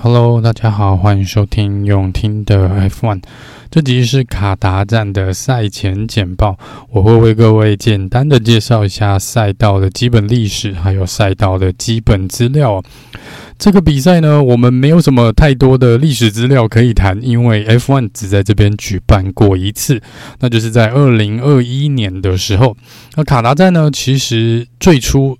Hello， 大家好，欢迎收听永听的 F1。这集是卡达站的赛前简报，我会为各位简单的介绍一下赛道的基本历史，还有赛道的基本资料。这个比赛呢，我们没有什么太多的历史资料可以谈，因为 F1 只在这边举办过一次，那就是在2021年的时候。那卡达站呢，其实最初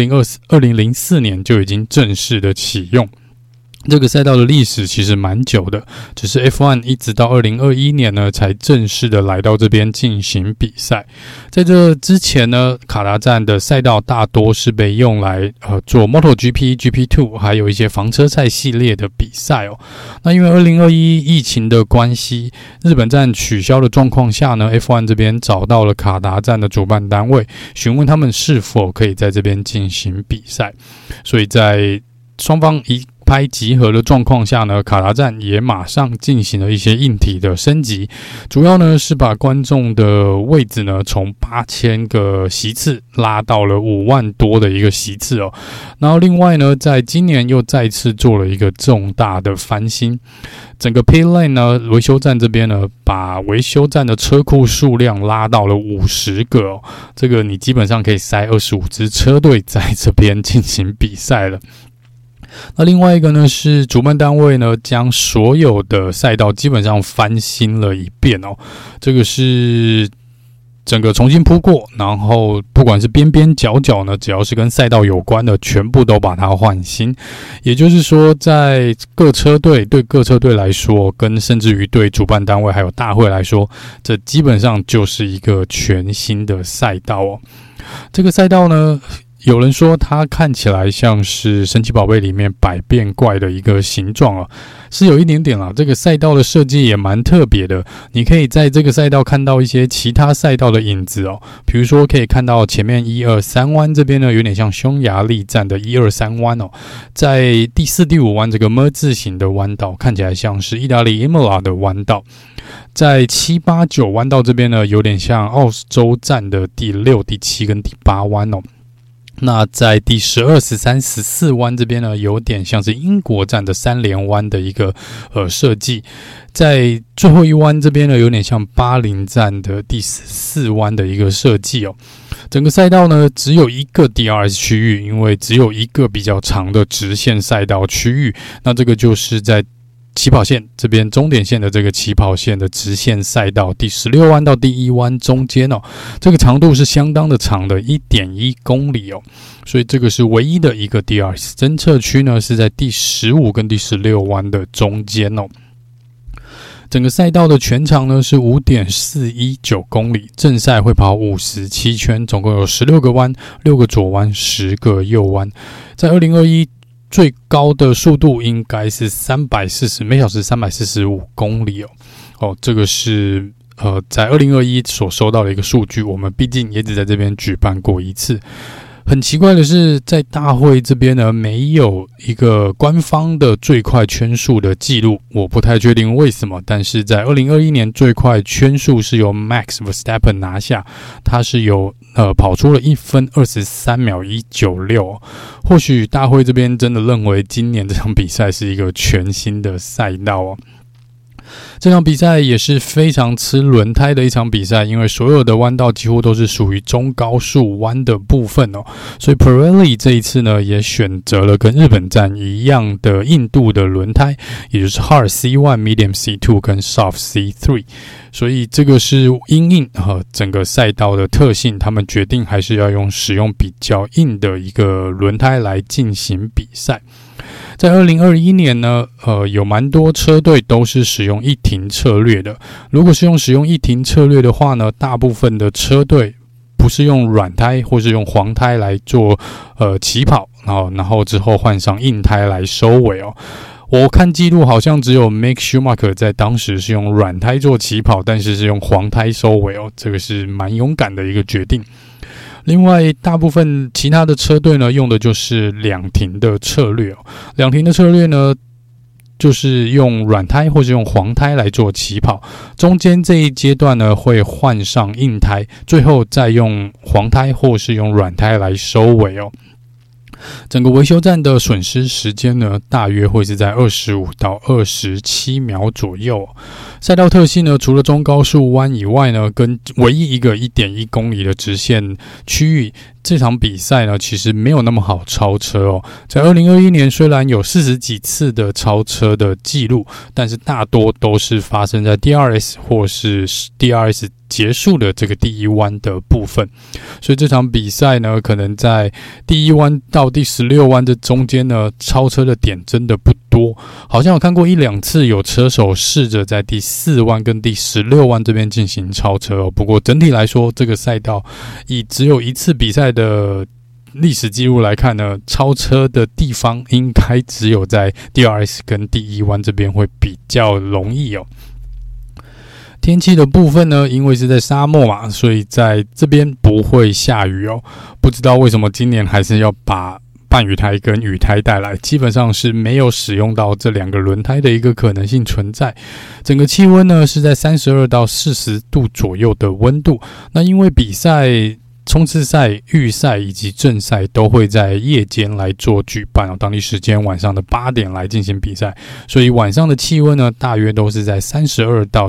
2004年就已经正式的启用。这个赛道的历史其实蛮久的，只是 F1 一直到2021年呢才正式的来到这边进行比赛。在这之前呢，卡达站的赛道大多是被用来做 MotoGP、GP2 还有一些房车赛系列的比赛哦。那因为2021疫情的关系，日本站取消的状况下呢， F1 这边找到了卡达站的主办单位，询问他们是否可以在这边进行比赛。所以在双方一拍即合的状况下呢，卡达站也马上进行了一些硬体的升级，主要呢是把观众的位置呢从8000个席次拉到了5万多的一个席次哦。然后另外呢，在今年又再次做了一个重大的翻新，整个 pit lane 呢维修站这边呢，把维修站的车库数量拉到了50个哦，这个你基本上可以塞25支车队在这边进行比赛了。那另外一个呢，是主办单位呢将所有的赛道基本上翻新了一遍哦，这个是整个重新铺过，然后不管是边边角角呢，只要是跟赛道有关的，全部都把它换新。也就是说，在各车队对各车队来说，跟甚至于对主办单位还有大会来说，这基本上就是一个全新的赛道哦。这个赛道呢，有人说它看起来像是神奇宝贝里面百变怪的一个形状哦，是有一点点啦。这个赛道的设计也蛮特别的，你可以在这个赛道看到一些其他赛道的影子哦，比如说可以看到前面123弯这边呢，有点像匈牙利站的123弯哦，在第4、第5弯这个 M 字形的弯道看起来像是意大利 Imola 的弯道，在7、8、9弯道这边呢，有点像澳洲站的第6、第7跟第8弯哦。那在第12、13、14弯这边呢，有点像是英国站的3连弯的一个设计。在最后一弯这边呢，有点像巴林站的第14弯的一个设计哦。整个赛道呢，只有一个 DRS 区域，因为只有一个比较长的直线赛道区域，那这个就是在起跑线这边终点线的这个起跑线的直线赛道第16弯到第1弯中间哦，这个长度是相当的长的 1.1 公里哦，所以这个是唯一的一个 DRS 侦测区呢，是在第15跟第16弯的中间哦。整个赛道的全长呢是 5.419 公里，正赛会跑57圈，总共有16个弯，6个左弯，10个右弯。在2021最高的速度应该是每小时345公里哦。这个是在2021所收到的一个数据，我们毕竟也只在这边举办过一次。很奇怪的是，在大会这边呢，没有一个官方的最快圈速的记录，我不太确定为什么。但是在2021年最快圈速是由 Max Verstappen 拿下，他是有跑出了1分23秒196哦。或许大会这边真的认为今年这场比赛是一个全新的赛道哦。这场比赛也是非常吃轮胎的一场比赛，因为所有的弯道几乎都是属于中高速弯的部分哦，所以 Pirelli 这一次呢也选择了跟日本站一样的硬度的轮胎，也就是 Hard C1、Medium C2 跟 Soft C3， 所以这个是因应整个赛道的特性，他们决定还是要使用比较硬的一个轮胎来进行比赛。在2021年呢，有蛮多车队都是使用一停策略的。如果是使用一停策略的话呢，大部分的车队不是用软胎或是用黄胎来做起跑，然后之后换上硬胎来收尾哦。我看记录好像只有 Mick Schumacher 在当时是用软胎做起跑，但是用黄胎收尾哦，这个是蛮勇敢的一个决定。另外，大部分其他的车队呢，用的就是两停的策略哦。两停的策略呢，就是用软胎或是用黄胎来做起跑，中间这一阶段呢会换上硬胎，最后再用黄胎或是用软胎来收尾哦。 整个维修站的损失时间呢，大约会是在25到27秒左右。赛道特性呢，除了中高速弯以外呢，跟唯一一个 1.1 公里的直线区域，这场比赛呢，其实没有那么好超车哦。在2021年，虽然有40几次的超车的记录，但是大多都是发生在 DRS 或是 DRS 结束的这个第一弯的部分，所以这场比赛呢，可能在第一弯到第16弯这中间呢，超车的点真的不多。好像有看过1-2次有车手试着在第4弯跟第16弯这边进行超车哦。不过整体来说，这个赛道以只有一次比赛的历史记录来看呢，超车的地方应该只有在 DRS 跟第一弯这边会比较容易哦。天气的部分呢，因为是在沙漠嘛，所以在这边不会下雨哦。不知道为什么今年还是要把半雨胎跟雨胎带来，基本上是没有使用到这2个轮胎的一个可能性存在。整个气温呢是在32到40度左右的温度。那因为比赛冲刺赛、预赛以及正赛都会在夜间来做举办哦，当地时间晚上的8点来进行比赛，所以晚上的气温呢，大约都是在32到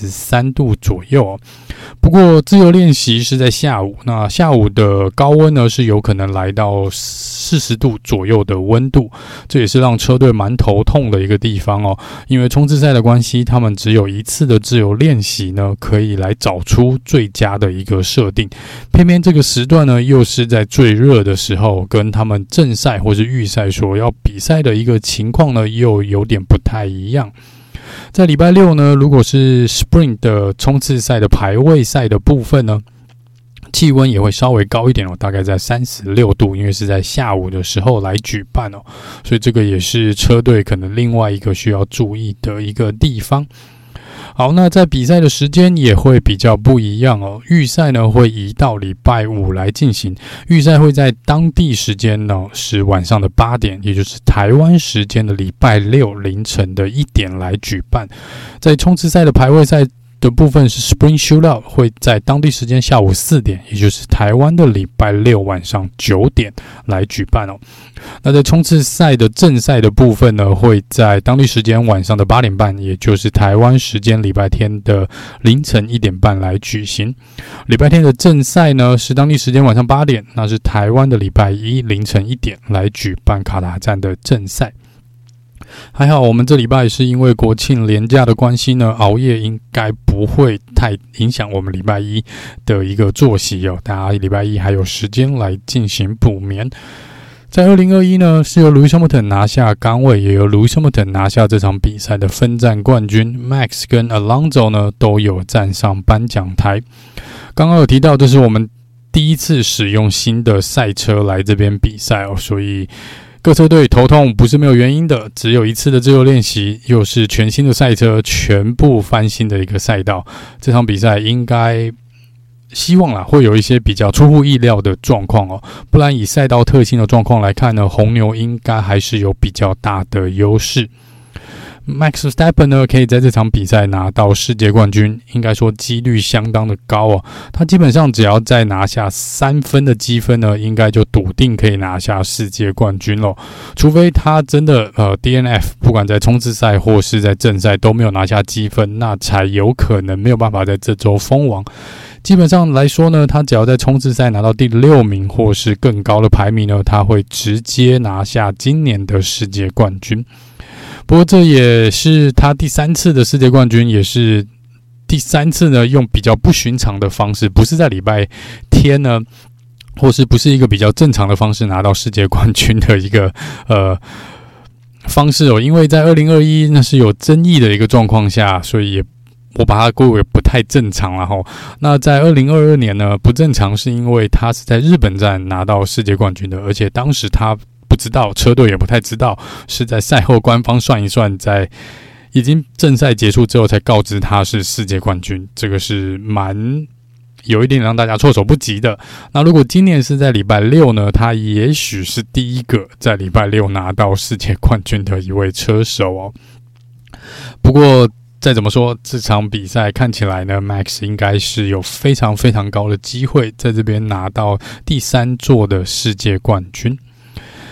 33度左右哦。不过自由练习是在下午，那下午的高温呢是有可能来到40度左右的温度，这也是让车队蛮头痛的一个地方哦。因为冲刺赛的关系，他们只有一次的自由练习呢，可以来找出最佳的一个设定，偏偏这个时段呢，又是在最热的时候，跟他们正赛或是预赛所要比赛的一个情况呢，又有点不太一样。在礼拜六呢，如果是 Sprint 的冲刺赛的排位赛的部分呢，气温也会稍微高一点哦，大概在36度，因为是在下午的时候来举办哦，所以这个也是车队可能另外一个需要注意的一个地方。好，那在比赛的时间也会比较不一样哦。预赛呢会移到礼拜5来进行，预赛会在当地时间呢是晚上的8点，也就是台湾时间的礼拜6凌晨的1点来举办。在冲刺赛的排位赛的部分是 Sprint Shootout， 会在当地时间下午4点，也就是台湾的礼拜6晚上9点来举办哦。那在冲刺赛的正赛的部分呢，会在当地时间晚上的8点半，也就是台湾时间礼拜天的凌晨1点半来举行。礼拜天的正赛呢是当地时间晚上8点，那是台湾的礼拜1凌晨1点来举办卡达站的正赛。还好我们这礼拜是因为国庆连假的关系呢，熬夜应该不会太影响我们礼拜1的一个作息哦，大家礼拜1还有时间来进行补眠。在2021呢，是由 Lewis Hamilton 拿下杆位，也由 Lewis Hamilton 拿下这场比赛的分站冠军。Max 跟 Alonso 呢都有站上颁奖台。刚刚有提到，这是我们第一次使用新的赛车来这边比赛哦，所以各车队头痛不是没有原因的，只有一次的自由练习，又是全新的赛车，全部翻新的一个赛道，这场比赛应该希望啦会有一些比较出乎意料的状况哦，不然以赛道特性的状况来看呢，红牛应该还是有比较大的优势。Max Verstappen 呢，可以在这场比赛拿到世界冠军，应该说几率相当的高哦。他基本上只要再拿下3分的积分呢，应该就笃定可以拿下世界冠军咯。除非他真的DNF， 不管在冲刺赛或是在正赛都没有拿下积分，那才有可能没有办法在这周封王。基本上来说呢，他只要在冲刺赛拿到第6名或是更高的排名呢，他会直接拿下今年的世界冠军。不过这也是他第3次的世界冠军，也是第3次呢用比较不寻常的方式，不是在礼拜天呢，或是不是一个比较正常的方式拿到世界冠军的一个方式哦。因为在2021那是有争议的一个状况下，所以我把它归为不太正常了齁。那在2022年呢，不正常是因为他是在日本站拿到世界冠军的，而且当时他不知道，车队也不太知道，是在赛后官方算一算，在已经正赛结束之后才告知他是世界冠军，这个是蛮有一点让大家措手不及的。那如果今年是在礼拜6呢，他也许是第一个在礼拜6拿到世界冠军的一位车手哦。不过再怎么说，这场比赛看起来呢 ，Max 应该是有非常非常高的机会在这边拿到第3座的世界冠军。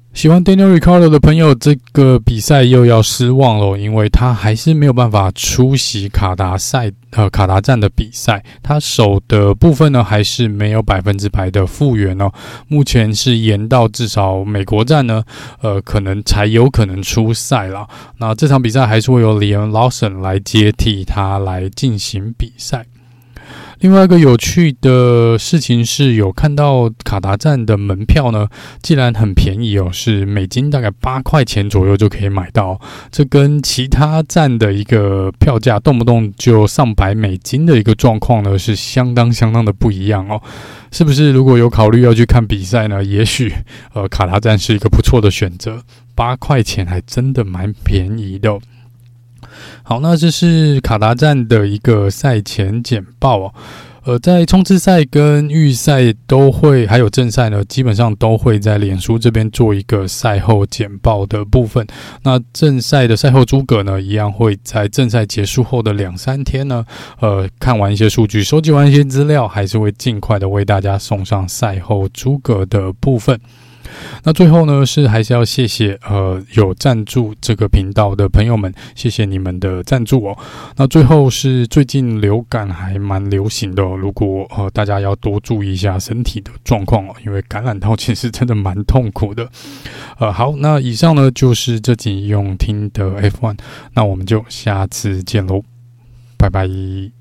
喜欢 Daniel Ricciardo 的朋友，这个比赛又要失望了，因为他还是没有办法出席卡达站的比赛。他手的部分呢，还是没有100%的复原哦。目前是延到至少美国站呢，可能才有可能出赛啦。那这场比赛还是会由 Liam Lawson 来接替他来进行比赛。另外一个有趣的事情是，有看到卡达站的门票呢，竟然很便宜哦，是美金大概8块钱左右就可以买到。这跟其他站的一个票价动不动就上百美金的一个状况呢，是相当的不一样哦。是不是如果有考虑要去看比赛呢？也许卡达站是一个不错的选择，8块钱还真的蛮便宜的哦。好，那这是卡达站的一个赛前简报哦。在冲刺赛跟预赛都会，还有正赛呢，基本上都会在脸书这边做一个赛后简报的部分。那正赛的赛后诸葛呢，一样会在正赛结束后的2-3天呢，看完一些数据，收集完一些资料，还是会尽快的为大家送上赛后诸葛的部分。那最后呢，还是要谢谢有赞助这个频道的朋友们，谢谢你们的赞助哦。那最后是最近流感还蛮流行的哦，如果大家要多注意一下身体的状况哦，因为感染到其实真的蛮痛苦的。好，那以上呢就是这集用听的 F1， 那我们就下次见喽，拜拜。